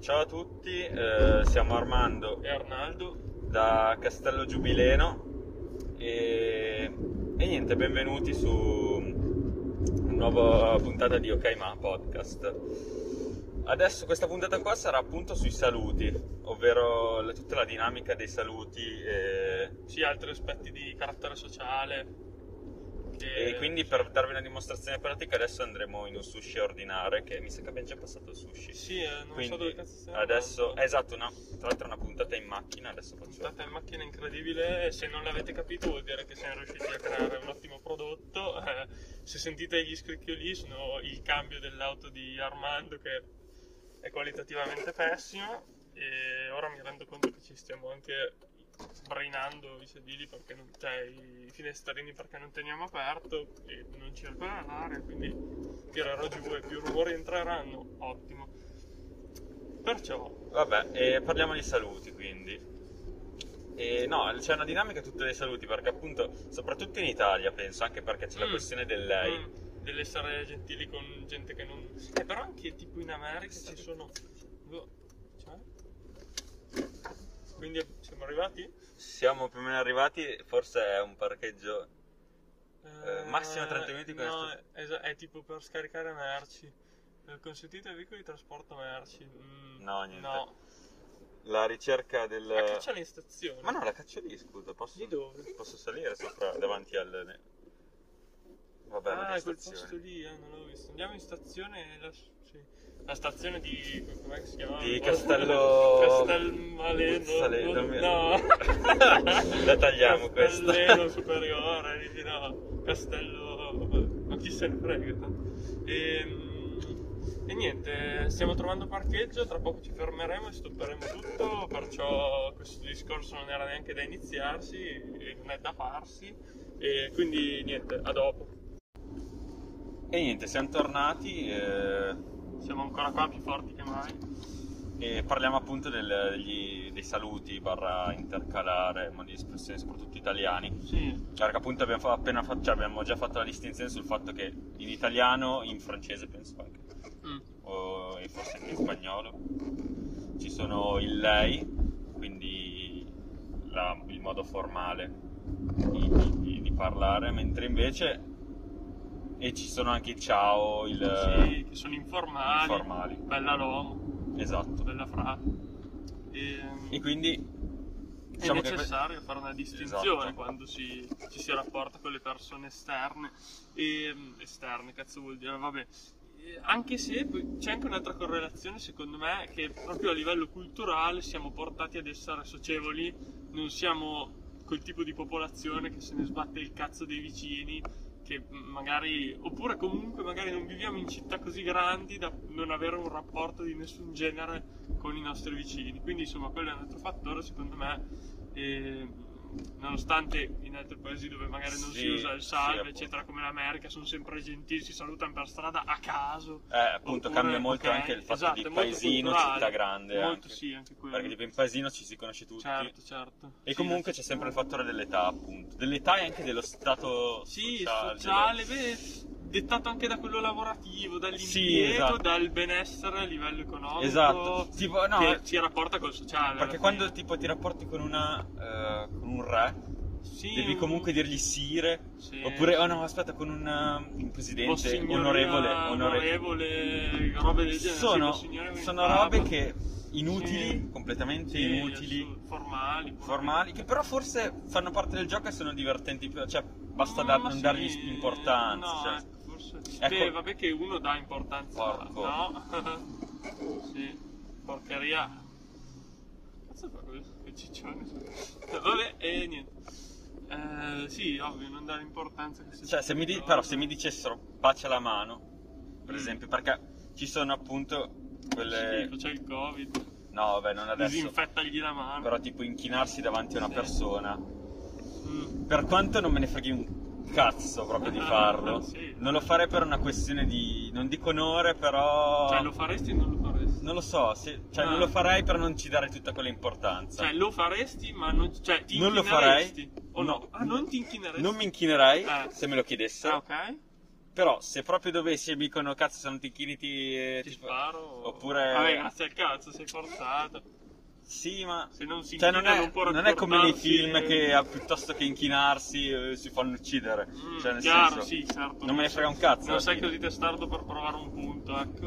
Ciao a tutti, siamo Armando e Arnaldo da Castello Giubileno e niente, benvenuti su una nuova puntata di Ok Ma Podcast. Adesso questa puntata qua sarà appunto sui saluti, ovvero tutta la dinamica dei saluti sì, altri aspetti di carattere sociale. E quindi per darvi una dimostrazione pratica adesso andremo in un sushi a ordinare, che mi sa che abbiamo già passato il sushi. Sì, non quindi so dove cazzo stiamo adesso, andando. esatto, tra l'altro è una puntata in macchina, adesso faccio... Puntata in macchina incredibile, e se non l'avete capito vuol dire che siamo riusciti a creare un ottimo prodotto. Se sentite gli scricchioli sono il cambio dell'auto di Armando, che è qualitativamente pessima, e ora mi rendo conto che ci stiamo anche sbrinando i sedili perché i finestrini perché non teniamo aperto e non circola l'aria, quindi tirerò giù e più rumori entreranno. Ottimo. Perciò Vabbè, parliamo di saluti quindi. No, c'è una dinamica tutta dei saluti perché appunto, soprattutto in Italia penso, anche perché c'è la questione del lei. dell'essere gentili con gente che non... però anche tipo in America ci sono... Quindi siamo arrivati? Siamo più o meno arrivati, forse è un parcheggio massimo 30 minuti. No, è tipo per scaricare merci. Consentite ai veicoli di trasporto merci. No, niente. No. La ricerca del... La caccia in stazione. Ma no, la caccio lì, scusa. Di dove? Posso salire sopra, davanti al... Vabbè, non è quel stazione. posto lì, non l'avevo visto. Andiamo in stazione la stazione di... come si chiama? Di Castello... Castelmaleno. No. La tagliamo questa. Castello superiore, dici no. Castello... ma chi se ne frega. E niente, stiamo trovando parcheggio, tra poco ci fermeremo e stopperemo tutto, perciò questo discorso non era neanche da iniziarsi e non è da farsi, e quindi niente, a dopo. E niente, siamo tornati, siamo ancora qua più forti che mai. E parliamo appunto dei saluti barra intercalare, modi di espressione soprattutto italiani. Sì. Perché appunto abbiamo già fatto la distinzione sul fatto che in italiano, in francese penso anche, e forse anche in spagnolo, ci sono il lei, quindi il modo formale di parlare, mentre invece... E ci sono anche il ciao, sì, che sono informali. Bella l'uomo. Esatto. Bella frase. E quindi è necessario fare una distinzione, esatto, quando ci si rapporta con le persone esterne. Esterne, cazzo vuol dire? Vabbè. Anche se c'è anche un'altra correlazione, secondo me, che proprio a livello culturale siamo portati ad essere socievoli, non siamo quel tipo di popolazione che se ne sbatte il cazzo dei vicini, che magari, oppure comunque magari non viviamo in città così grandi da non avere un rapporto di nessun genere con i nostri vicini. Quindi insomma quello è un altro fattore, secondo me, nonostante in altri paesi dove magari non si usa il salve, eccetera, come l'America, sono sempre gentili, si salutano per strada a caso. Appunto, oppure, cambia molto anche il fatto di paesino, città grande. Molto anche. Sì, anche quello. Perché tipo in paesino ci si conosce tutti. Certo. E comunque c'è sempre il fattore dell'età, appunto. Dell'età e anche dello stato sociale, dettato anche da quello lavorativo, dall'impiego, dal benessere a livello economico. Esatto. Tipo, no, che si rapporta col sociale. Perché quando tipo ti rapporti con un re, devi comunque dirgli sire. Oppure, aspetta, con un presidente, onorevole, robe del genere. Sono robe che inutili, completamente inutili, formali, che però forse fanno parte del gioco e sono divertenti, cioè basta non dargli importanza. Ecco. Vabbè che uno dà importanza. Porco. No? Sì, porcheria. Cazzo fa quel ciccione? Vabbè, e niente. Sì, ovvio, non dare importanza. Cioè, se mi dicessero bacia la mano, per esempio, perché ci sono appunto quelle... Sì, c'è il Covid. No, vabbè, non adesso. Disinfettagli la mano. Però tipo inchinarsi davanti a una persona. Per quanto non me ne freghi un cazzo proprio di farlo, non lo farei per una questione di, non dico onore, però... Cioè, lo faresti o non lo faresti? Non lo so, non lo farei per non ci dare tutta quella importanza. Cioè, lo faresti, ma non... Cioè, ti non lo farei. O no? Non ti inchineresti? Non mi inchinerei, se me lo chiedessero. Ok. Però se proprio dovessi e mi dicono cazzo sono ti tipo, sparo. oppure Vabbè, grazie al cazzo, sei forzato. sì, ma Se non si cioè, inchina non può non è come nei rapportarsi. film che piuttosto che inchinarsi si fanno uccidere. Cioè, nel Chiaro, senso, sì, certo. non me ne frega un cazzo. Non alla sei fine. così testardo per provare un punto, ecco.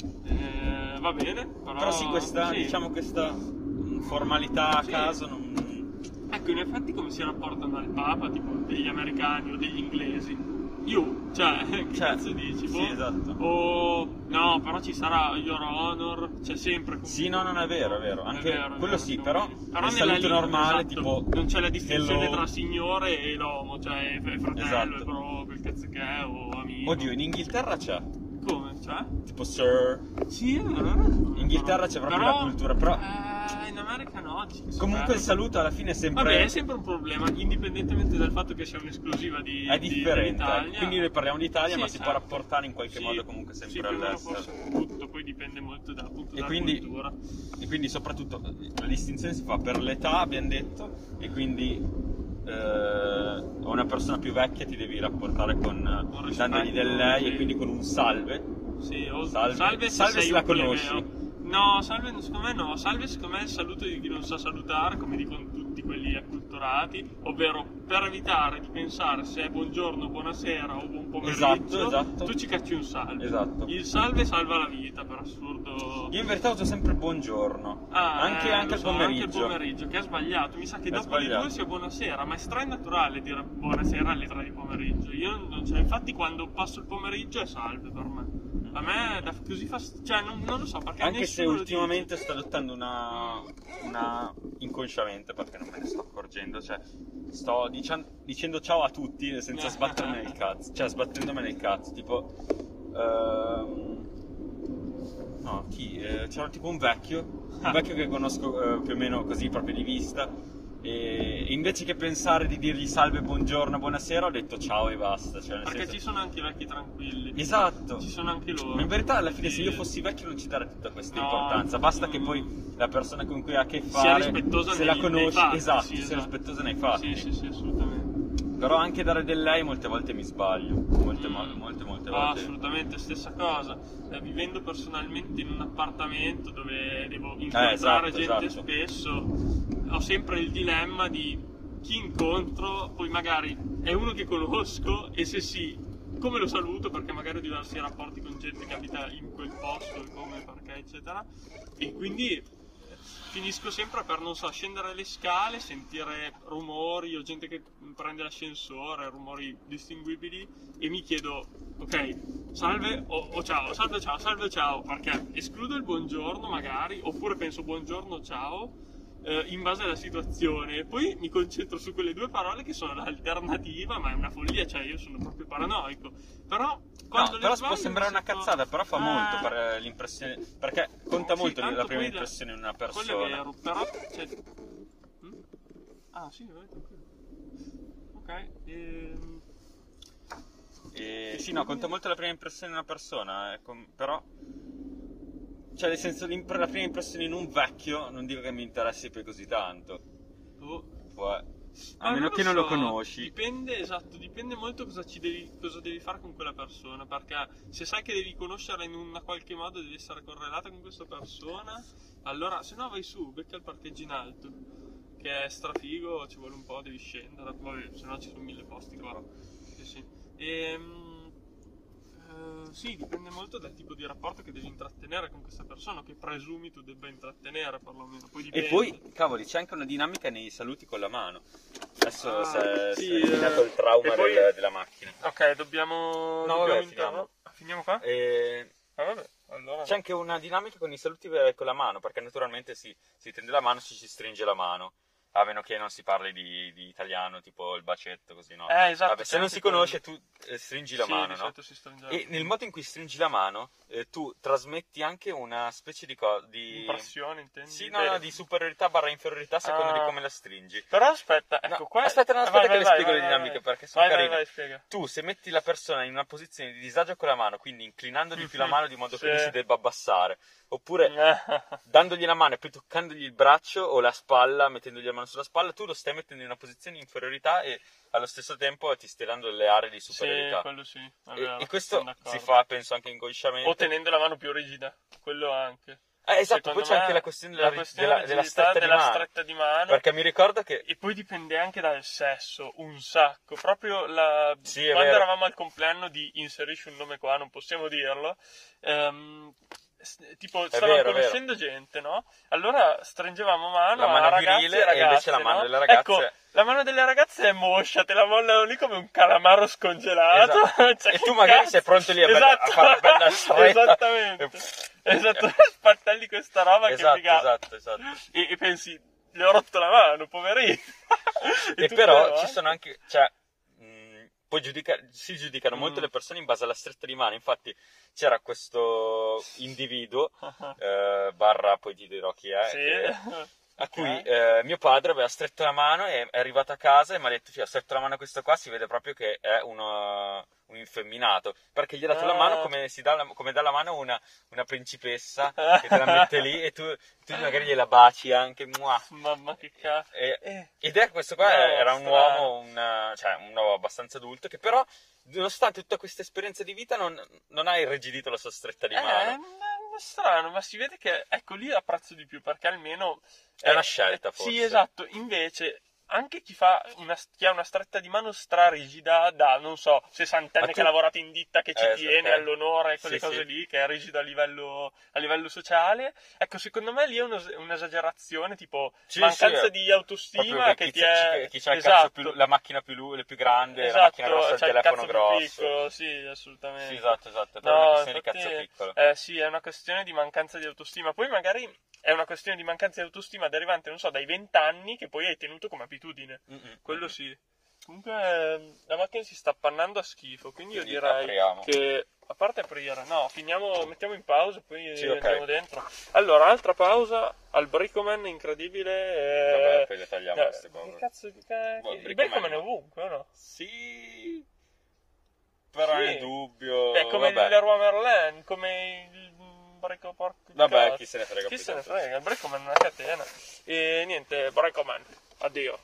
Va bene, Però sì, questa, sì. diciamo, questa formalità a Sì. caso non... Ecco, in effetti come si rapportano al Papa, tipo degli americani o degli inglesi? Cioè, che cazzo dici? Sì, esatto. No, però ci sarà Your Honor, c'è sempre comunque. Sì, no, non è vero, è vero. Anche quello vero, sì, siamo però lì. il nella saluto lingua, normale, esatto, tipo... non c'è la distinzione hello. tra signore e l'uomo, cioè è fratello, Esatto. è bro, quel cazzo che è, o amico. Oddio, in Inghilterra c'è. Come? Cioè? Tipo sir. Sì, è vero. In Inghilterra c'è proprio la cultura, però... in America no. Comunque il saluto alla fine è sempre... Vabbè, è sempre un problema, indipendentemente dal fatto che sia un'esclusiva di È differente, dell'Italia. quindi noi parliamo d'Italia, Sì, ma si può certo. rapportare in qualche Sì, modo comunque sempre sì, più o meno all'estero. forse tutto, poi dipende molto appunto E dalla quindi, cultura. e quindi soprattutto la distinzione si fa per l'età, abbiamo detto, e quindi a una persona più vecchia ti devi rapportare con rispetto, dandogli del lei sì. e quindi con un salve. Sì, Salve se se sei la un plebeo. conosci. No, salve secondo me no, salve secondo me è il saluto di chi non sa salutare, come dicono tutti quelli acculturati, ovvero per evitare di pensare se è buongiorno, buonasera o buon pomeriggio, Esatto. tu ci cacci un salve. Esatto. Il salve salva la vita, per assurdo. Io in verità uso sempre buongiorno, anche al Anche pomeriggio. il pomeriggio, che è sbagliato. Mi sa che È dopo sbagliato. le 2 sia buonasera, ma è naturale dire buonasera alle 3 di pomeriggio. Io non, cioè, infatti quando passo il pomeriggio è salve per me. A me dà così fastidio, cioè non lo so perché Anche se nessuno lo ultimamente dice. sto adottando una inconsciamente, perché non me ne sto accorgendo, cioè sto dicendo ciao a tutti senza sbattermi nel cazzo, cioè sbattendomi nel cazzo, tipo no, c'era tipo un vecchio che conosco più o meno così proprio di vista, e invece che pensare di dirgli salve, buongiorno, buonasera, ho detto ciao e basta, cioè, nel Perché senso... ci sono anche i vecchi tranquilli. Esatto. Ci sono anche loro. Ma in verità alla fine Sì. se io fossi vecchio non ci darei tutta questa No. importanza, basta che poi la persona con cui ha a che Sia fare, rispettosa se la nei conosci, fatti, esatto, sì, sia esatto. rispettosa nei fatti. Sì, assolutamente. Però anche dare del lei molte volte mi sbaglio, molte volte. Assolutamente, stessa cosa. Vivendo personalmente in un appartamento dove devo incontrare gente esatto. spesso, ho sempre il dilemma di chi incontro, poi magari è uno che conosco e se sì, come lo saluto, perché magari ho diversi rapporti con gente che abita in quel posto, e come, perché, eccetera. E quindi finisco sempre per, non so, scendere le scale, sentire rumori o gente che prende l'ascensore, rumori distinguibili, e mi chiedo, ok, salve o ciao, salve ciao, perché escludo il buongiorno magari, oppure penso buongiorno, ciao, in base alla situazione, e poi mi concentro su quelle due parole che sono l'alternativa, ma è una follia, cioè io sono proprio paranoico. Però quando No, però sbaglio, può sembrare una cazzata, però fa molto per Eh, l'impressione, perché conta sì, molto tanto la prima poi impressione di una quello persona. è vero, però cioè... Ah sì, vai tranquillo. Ok, Sì, no, conta molto la prima impressione di una persona, però... Cioè, nel senso, la prima impressione in un vecchio non dico che mi interessi poi così tanto. A meno che non lo conosci. Dipende molto cosa devi fare con quella persona, perché se sai che devi conoscerla in una qualche modo, devi essere correlata con questa persona, allora se no vai su, becca il parcheggio in alto, che è strafigo, ci vuole un po', devi scendere, vabbè, se no ci sono 1000 posti qua. Sì. Sì, dipende molto dal tipo di rapporto che devi intrattenere con questa persona, che presumi tu debba intrattenere perlomeno. Poi dipende. E poi, cavoli, c'è anche una dinamica nei saluti con la mano. Adesso si sì, è eliminato il trauma poi... della macchina. Ok, dobbiamo vabbè, interrompere. Finiamo qua? Vabbè, allora... C'è anche una dinamica con i saluti con la mano, perché naturalmente si tende la mano, ci si stringe la mano. A meno che non si parli di italiano, tipo il bacetto, così, no? Esatto. Vabbè, se non si conosce, tu stringi la mano, no? Si stringe E nel modo in cui stringi la mano, tu trasmetti anche una specie di impressione, intendi? Sì, no, di superiorità barra inferiorità secondo di come la stringi. Però aspetta, ecco, qua... Aspetta che le spiego le dinamiche, perché sono carine. Vai, spiega. Tu, se metti la persona in una posizione di disagio con la mano, quindi inclinando di più la mano di modo che lui si debba abbassare, oppure dandogli la mano e poi toccandogli il braccio o la spalla, mettendogli la mano sulla spalla, tu lo stai mettendo in una posizione di inferiorità e allo stesso tempo ti stai dando delle aree di superiorità. Sì, quello sì, è vero, E questo sono si d'accordo. fa, penso, anche inconsciamente. O tenendo la mano più rigida, quello anche. Esatto, poi Secondo c'è me anche la questione la questione della rigidità stretta della di mano. stretta di mano. Perché mi ricordo che... E poi dipende anche dal sesso, un sacco. Proprio Sì, è quando vero. eravamo al compleanno di inserisci un nome qua, non possiamo dirlo. Tipo, stavamo vero, è conoscendo gente, no? Allora stringevamo mano La mano a ragazzi virile e ragazze, e invece la mano no? delle ragazze... Ecco, la mano delle ragazze è moscia, te la mollano lì come un calamaro scongelato. Esatto. Cioè, E che tu magari cazzo? sei pronto lì a Esatto. fare bella stretta. Esattamente. Esatto, spattelli questa roba Esatto, che figata. esatto. E pensi, le ho rotto la mano, poverino. E però ci sono anche, cioè, poi si giudicano molto le persone in base alla stretta di mano. Infatti c'era questo individuo, barra, poi ti dirò chi è, Sì. a cui mio padre aveva stretto la mano e è arrivato a casa e mi ha detto: "Fio, ho stretto la mano a questo qua, si vede proprio che è un infemminato, perché gli ha dato la mano come dà la mano una principessa che te la mette lì e tu magari gliela baci anche, muah. Mamma che cazzo. Ed è questo qua era un uomo, cioè un uomo abbastanza adulto, che però, nonostante tutta questa esperienza di vita, non ha irrigidito la sua stretta di mano. È strano, ma si vede che, ecco, lì apprezzo di più, perché almeno... È una scelta, forse. Sì, esatto. Invece, anche chi ha una stretta di mano strarigida da, non so, 60 anni che ha lavorato in ditta, che ci tiene ok. all'onore, quelle Sì, cose sì. lì, che è rigido a livello sociale. Ecco, secondo me lì è un'esagerazione, tipo mancanza di autostima che ti è... chi c'ha il esatto. cazzo la macchina più grande, Esatto, la macchina grossa, il c'ha telefono cazzo più grosso. piccolo, sì, assolutamente. Sì, esatto, è No, una questione di infatti, cazzo piccolo. Sì, è una questione di mancanza di autostima. Poi magari è una questione di mancanza di autostima derivante, non so, dai 20 anni che poi hai tenuto come abitudine. Quello sì. Comunque la macchina si sta appannando a schifo, quindi io direi apriamo. che, a parte aprire, no, mettiamo in pausa e poi Sì, ok. andiamo dentro. Allora, altra pausa al Bricoman incredibile. Vabbè, poi le tagliamo queste cose. Che cazzo il Bricoman Bricoman è ovunque, o no? Sì, però Sì. nel dubbio... È come vabbè. il Leroy Merlin, come il Bricoman. Vabbè, chi se ne frega. Chi se ne frega, il Bricoman è una catena. E niente, Bricoman, addio.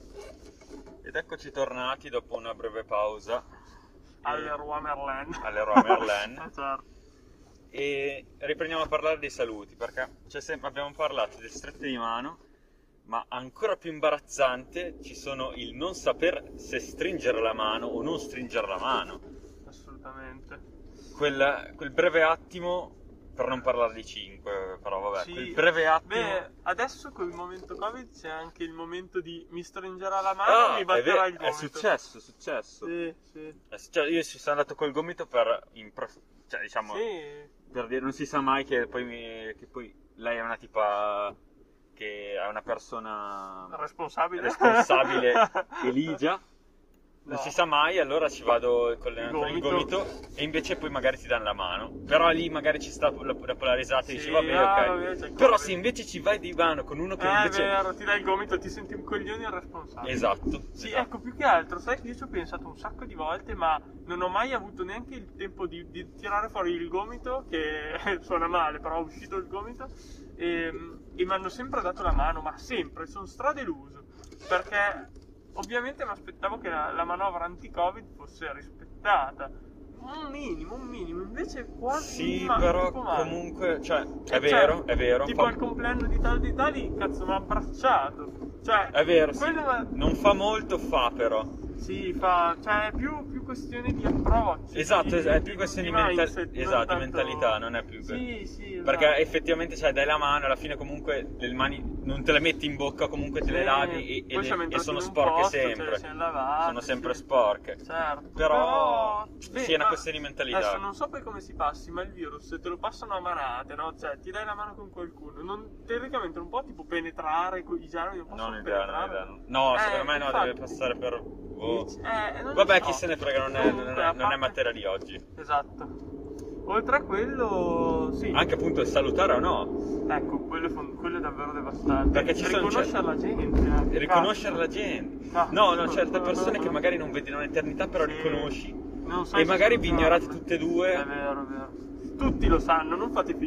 Ed eccoci tornati dopo una breve pausa Al Leroy Merlin. all'Eroy Merlin. Certo. E riprendiamo a parlare dei saluti, perché abbiamo parlato di strette di mano, ma ancora più imbarazzante ci sono il non saper se stringere la mano o non stringere la mano. Assolutamente. Quel breve attimo, per non parlare di 5, però vabbè, Sì. quel breve attimo... Beh, adesso con il momento Covid c'è anche il momento di mi stringerà la mano e mi batterà il è gomito. successo. Sì, sì. Io ci sono andato col gomito cioè, diciamo, Sì. per dire, non si sa mai che poi lei è una tipa che è una persona Responsabile. eligia. Non si sa mai, allora ci vado con il gomito e invece poi magari ti danno la mano. Però lì magari ci sta dopo la risata e dici vabbè, ok. Vabbè, c'è Però Covid. se invece ci vai di mano con uno che È invece... vero, ti dai il gomito, ti senti un coglione irresponsabile. Esatto. Sì, esatto. ecco, più che altro, sai che io ci ho pensato un sacco di volte, ma non ho mai avuto neanche il tempo di tirare fuori il gomito, che suona male, però è uscito il gomito, e mi hanno sempre dato la mano, ma sempre, sono stradeluso, perché ovviamente mi aspettavo che la manovra anti-Covid fosse rispettata. Un minimo, invece quasi Sì, ma però tipo male. comunque, cioè, è vero. Tipo al compleanno di tali, cazzo, mi ha abbracciato. Cioè, È vero, sì. quello Non fa molto, però. sì, cioè è più questione di approccio. Esatto, è più questione di mindset, esatto, non di mentalità, non è più... Sì, esatto. Perché effettivamente, cioè, dai la mano, alla fine comunque le mani non te le metti in bocca, comunque te le lavi Poi siamo e entrati sono in un sporche posto, ce le sempre. siamo lavate, Sono sempre sì. sporche. Certo. Però Beh, sì, è una ma questione di mentalità. Adesso non so poi come si passi, ma il virus se te lo passano a manate, no? Cioè, ti dai la mano con qualcuno, teoricamente non può tipo penetrare con i germi, non possono Non idea, penetrare. No, secondo me no, infatti. deve passare per... Non Vabbè, lo chi so. se ne frega, non Comunque, a è parte- materia di oggi. Esatto. Oltre a quello, sì. Anche appunto il salutare o no. Ecco, quello è davvero devastante. Perché ci sono- riconoscere la gente. Riconoscere la gente. Cazzo. No, certe persone che magari non vedi da un'eternità, però Sì. riconosci. Non sai E se magari vi salutarle. ignorate tutte e due. È vero. Tutti lo sanno, non fate figli di puttana.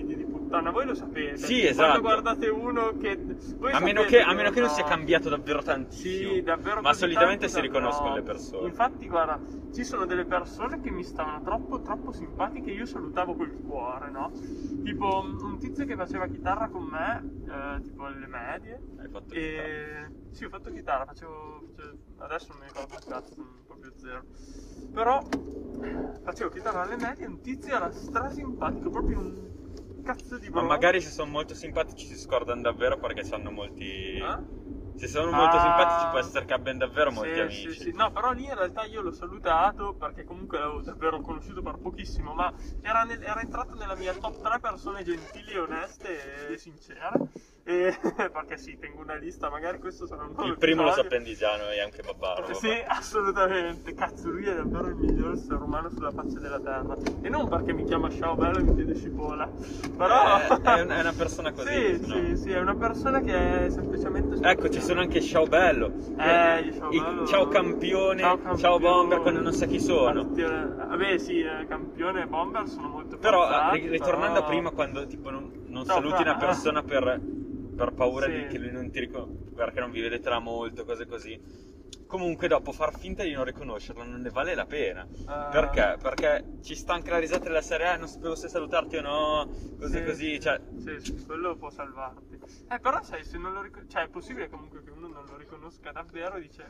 puttana, voi lo sapete. Sì, esatto. Quando guardate uno che... A meno che non sia cambiato davvero tantissimo. Sì, davvero. Ma solitamente si tanto, riconoscono no. le persone. Infatti, guarda, ci sono delle persone che mi stavano troppo simpatiche, io salutavo col cuore, no? Tipo un tizio che faceva chitarra con me, tipo alle medie. Hai fatto chitarra? Sì, ho fatto chitarra, adesso non mi ricordo il cazzo, proprio zero. Però facevo chitarra alle medie e un tizio era strasimpatico, proprio un cazzo di Ma bro. magari se sono molto simpatici si scordano davvero perché hanno molti... Eh? Se sono molto simpatici può essere che abbiano davvero molti amici. Sì. No, però lì in realtà io l'ho salutato perché comunque l'avevo davvero conosciuto per pochissimo, ma era entrato nella mia top 3 persone gentili, oneste e sincere. Perché sì, tengo una lista, magari questo sarà un nuovo Il primo lo episodio. sappendigiano e anche Babbarro. Sì, assolutamente. Cazzo, lui è davvero il miglior essere umano sulla faccia della terra. E non perché mi chiama Ciao Bello e mi chiede cipolla. Però È una persona così. Sì, è una persona che è semplicemente... Ecco, ci sono anche Ciao Bello. Ciao campione, ciao bomber, quando non sa chi sono. Vabbè, sì, campione e bomber sono molto Però forzati, ritornando però... a prima, quando tipo non No, saluti una persona per paura Sì. che lui non ti riconosca, perché non vi vedete da molto, cose così. Comunque dopo far finta di non riconoscerlo non ne vale la pena. Perché? Perché ci sta anche la risata della serie, non sapevo se salutarti o no, così, cioè... Sì, quello può salvarti. Però sai, se non lo cioè è possibile comunque che uno non lo riconosca davvero e dice...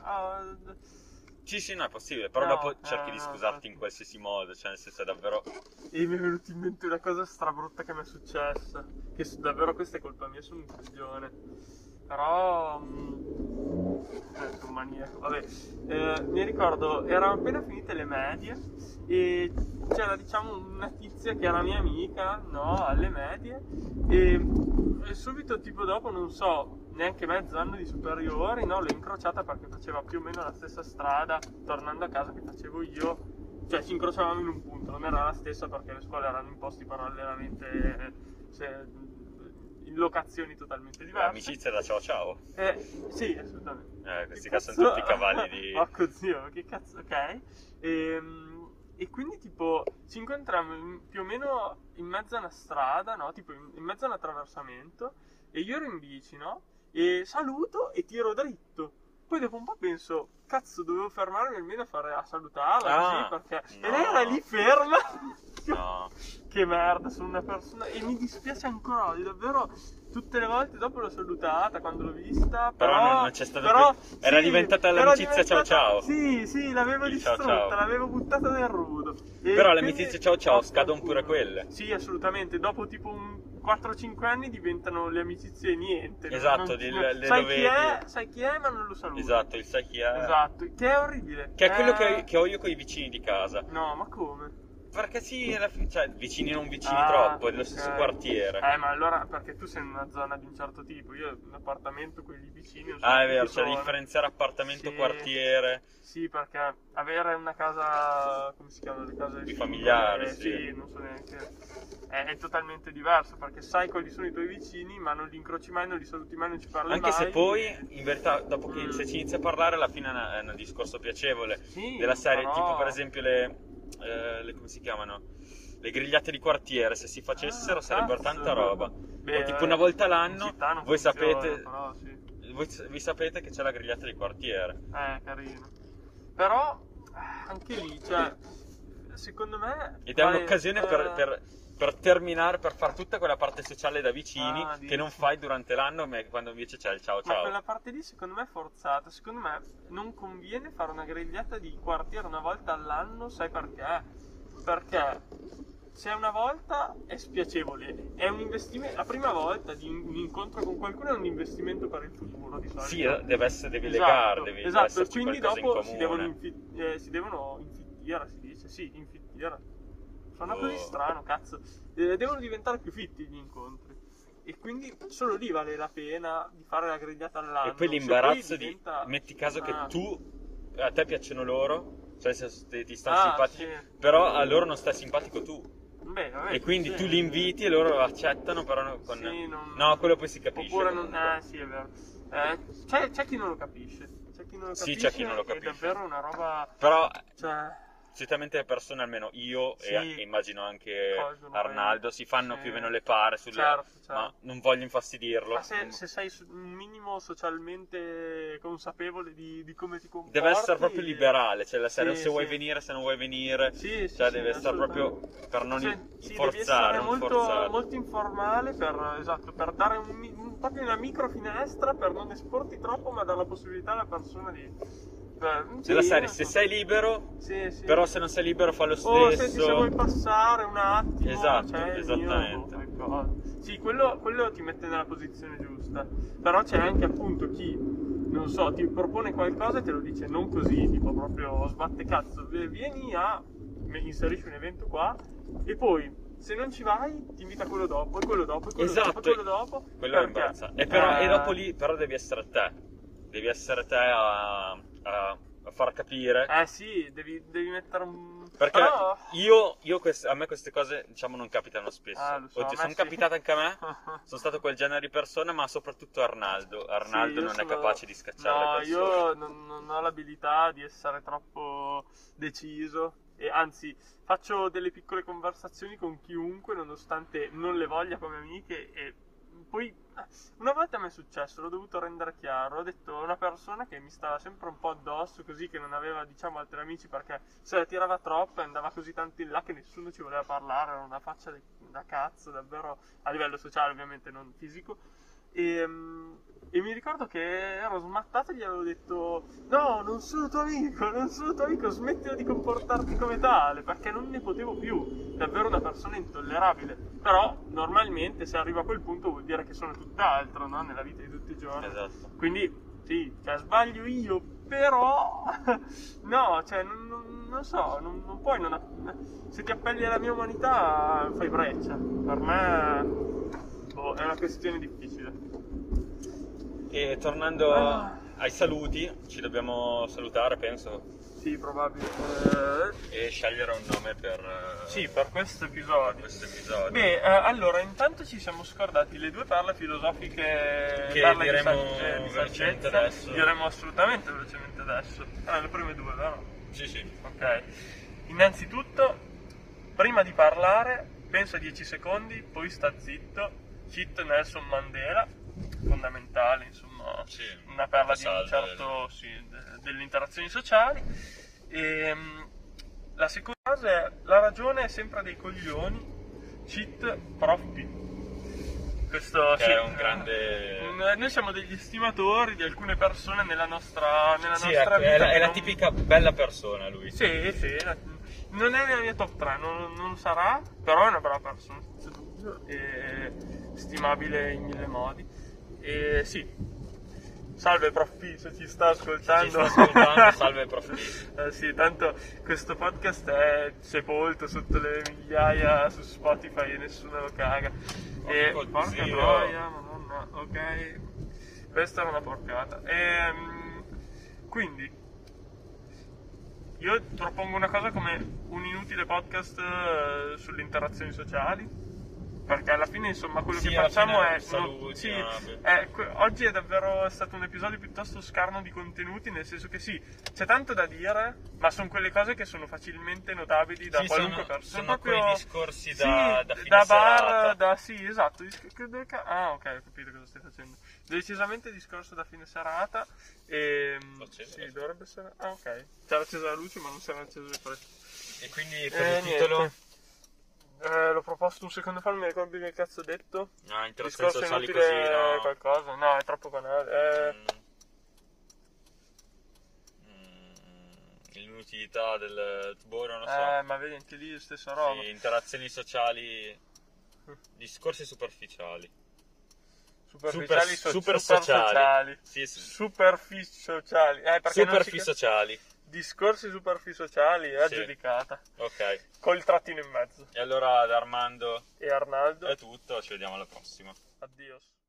Sì, no, è possibile, però No, dopo cerchi di scusarti in qualsiasi modo, cioè nel senso è davvero... E mi è venuta in mente una cosa strabrutta che mi è successa, che davvero questa è colpa mia, sono un coglione. Però... sono un maniaco, vabbè. Mi ricordo, erano appena finite le medie e c'era diciamo una tizia che era mia amica, no, alle medie e subito tipo dopo, non so, neanche mezzo anno di superiori, no, l'ho incrociata perché faceva più o meno la stessa strada tornando a casa che facevo io, cioè ci incrociavamo in un punto, non era la stessa perché le scuole erano in posti parallelamente, in locazioni totalmente diverse. L'amicizia da ciao. Sì, assolutamente. Questi qua sono tutti i cavalli di... Porco zio, che cazzo, ok? E quindi tipo ci incontrammo più o meno in mezzo a una strada, no? Tipo in mezzo a un attraversamento e io ero in bici, no? E saluto e tiro dritto. Poi dopo un po' penso, cazzo, dovevo fermarmi almeno a salutarla, così, perché... No. E lei era lì ferma. No. Che merda, sono una persona... E mi dispiace ancora oggi, davvero... Tutte le volte dopo l'ho salutata quando l'ho vista, però non c'è stato più... Era diventata l'amicizia ciao. Sì, l'avevo distrutta, l'avevo buttata nel rudo. Però l'amicizia ciao scadono pure quelle. Sì, assolutamente, dopo tipo 4-5 anni diventano le amicizie niente. Esatto, sai chi è ma non lo saluti. Esatto, il sai chi è. Esatto, che è orribile. Che è quello che ho io con i vicini di casa. No, ma come? Perché sì, cioè vicini non vicini troppo, dello stesso quartiere. Ma allora perché tu sei in una zona di un certo tipo, io un appartamento, quelli vicini non so è vero, c'è da differenziare appartamento-quartiere. Sì, perché avere una casa, come si chiamano le case di familiari, sì, non so neanche. È totalmente diverso perché sai quali sono i tuoi vicini, ma non li incroci mai, non li saluti mai, non ci parli mai. Anche se poi, in verità, dopo che se ci inizia a parlare, alla fine è un discorso piacevole. Sì, della serie, però... tipo per esempio le come si chiamano? Le grigliate di quartiere, se si facessero sarebbero tanta roba. Tipo una volta l'anno, voi sapete, però, sì. vi sapete che c'è la grigliata di quartiere. Carino. Però anche lì, cioè, secondo me... Ed è un'occasione per terminare, per fare tutta quella parte sociale da vicini che non fai durante l'anno, quando invece c'è il ciao. Ma quella parte lì secondo me è forzata. Secondo me non conviene fare una grigliata di quartiere una volta all'anno, sai perché? Perché se è una volta è spiacevole, è un investimento. La prima volta di un incontro con qualcuno è un investimento per il futuro di solito. Sì, devi legare, devi esatto, quindi dopo si devono infittiare, si dice, sì, infittiare. Suona così strano, cazzo. Devono diventare più fitti gli incontri. E quindi solo lì vale la pena di fare la grigliata all'anno. E poi l'imbarazzo di metti caso che a te piacciono loro, cioè se ti stanno simpatici, sì. Però a loro non stai simpatico tu. Vabbè, e quindi tu li inviti e loro lo accettano, però con... Sì, no, quello poi si capisce. Oppure non... sì, è vero. C'è chi non lo capisce. Sì, c'è chi non lo capisce. È davvero una roba... Però... Cioè... solitamente le persone, almeno io Sì. e immagino anche Cogliono Arnaldo, si fanno sì. più o meno le pare sulle... Certo. ma non voglio infastidirlo. Ma se sei un minimo socialmente consapevole di come ti comporti... Deve essere proprio liberale, cioè la serie, Sì, se vuoi sì. venire, se non vuoi venire, Sì, cioè sì, deve essere proprio per non sì, forzare, devi essere non molto, forzare. molto informale per dare proprio una micro finestra per non esporti troppo, ma dare la possibilità alla persona di... Della serie, se sei libero, sì. però se non sei libero fa lo O stesso. se vuoi passare un attimo, Esatto, c'è il esattamente. sì, quello ti mette nella posizione giusta. Però c'è anche appunto chi, non so, ti propone qualcosa e te lo dice non così, tipo proprio sbatte cazzo, vieni inserisci un evento qua e poi se non ci vai ti invita quello dopo e quello dopo e quello Esatto. dopo e quello dopo. Quello è imbarazzo. E dopo lì però devi essere te. Devi essere te a far capire. Sì, devi mettere un... Perché Però... a me queste cose, diciamo, non capitano spesso. lo so, Oddio, a sono me sì. capitate anche a me. Sono stato quel genere di persona, ma soprattutto Arnaldo. Arnaldo Sì, non è capace di scacciare le persone. Io non ho l'abilità di essere troppo deciso. E anzi, faccio delle piccole conversazioni con chiunque, nonostante non le voglia come amiche. E poi, una volta mi è successo, l'ho dovuto rendere chiaro. Ho detto a una persona che mi stava sempre un po' addosso, così, che non aveva, diciamo, altri amici perché se la tirava troppo e andava così tanto in là che nessuno ci voleva parlare. Era una faccia da cazzo, davvero, a livello sociale, ovviamente, non fisico. E mi ricordo che ero smattato e gli avevo detto: no, non sono tuo amico, smettila di comportarti come tale, perché non ne potevo più, davvero una persona intollerabile. Però normalmente se arrivo a quel punto vuol dire che sono tutt'altro, no? Nella vita di tutti i giorni. Esatto. Quindi sì, cioè sbaglio io, però no, cioè non so, non puoi se ti appelli alla mia umanità fai breccia. Per me è una questione difficile. E tornando ai saluti, ci dobbiamo salutare, penso. Sì, probabile. E scegliere un nome per questo episodio. Beh, allora, intanto ci siamo scordati le due perle filosofiche che perle diremo di velocemente saggezza. adesso. Diremo assolutamente velocemente adesso. Le prime due, vero? Sì. Ok. Innanzitutto, prima di parlare, pensa 10 secondi, poi sta zitto. Cito Nelson Mandela, fondamentale, insomma, Sì, una perla di un certo, delle interazioni sociali. E la seconda frase è: la ragione è sempre dei coglioni, cheat prof P. Questo che è un grande... Noi siamo degli stimatori di alcune persone nella nostra Sì, vita. è la tipica bella persona lui. Sì, non è nella mia top 3, non sarà, però è una brava persona, senza dubbio, e stimabile in mille modi. E sì, salve Prof P, se ci sta ascoltando. Salve Prof P. Sì, tanto questo podcast è sepolto sotto le migliaia su Spotify e nessuno lo caga. E porca troia, madonna, ok, questa è una porcata. Quindi io propongo una cosa come un inutile podcast sulle interazioni sociali, perché alla fine, insomma, quello che facciamo è saluti, oggi è stato un episodio piuttosto scarno di contenuti, nel senso che sì, c'è tanto da dire, ma sono quelle cose che sono facilmente notabili da qualunque persona. Sono proprio quei discorsi da fine da serata. bar, sì, esatto. Ok, ho capito cosa stai facendo. Decisamente discorso da fine serata. E sì, dovrebbe essere. Ok. C'era accesa la luce, ma non si era acceso il fresco. E quindi per il titolo? L'ho proposto un secondo fa, non mi ricordo che cazzo ho detto. Interazioni sociali inutile, così, no? qualcosa. No, è troppo banale. L'inutilità del... non lo so. Ma vedi, anche lì è stessa roba. Sì, interazioni sociali, discorsi superficiali. Super sociali. Sì. Superficiali. Superficiali. Discorsi superficiali è aggiudicata. Ok. Col trattino in mezzo. E allora da Armando e Arnaldo è tutto, ci vediamo alla prossima. Addios.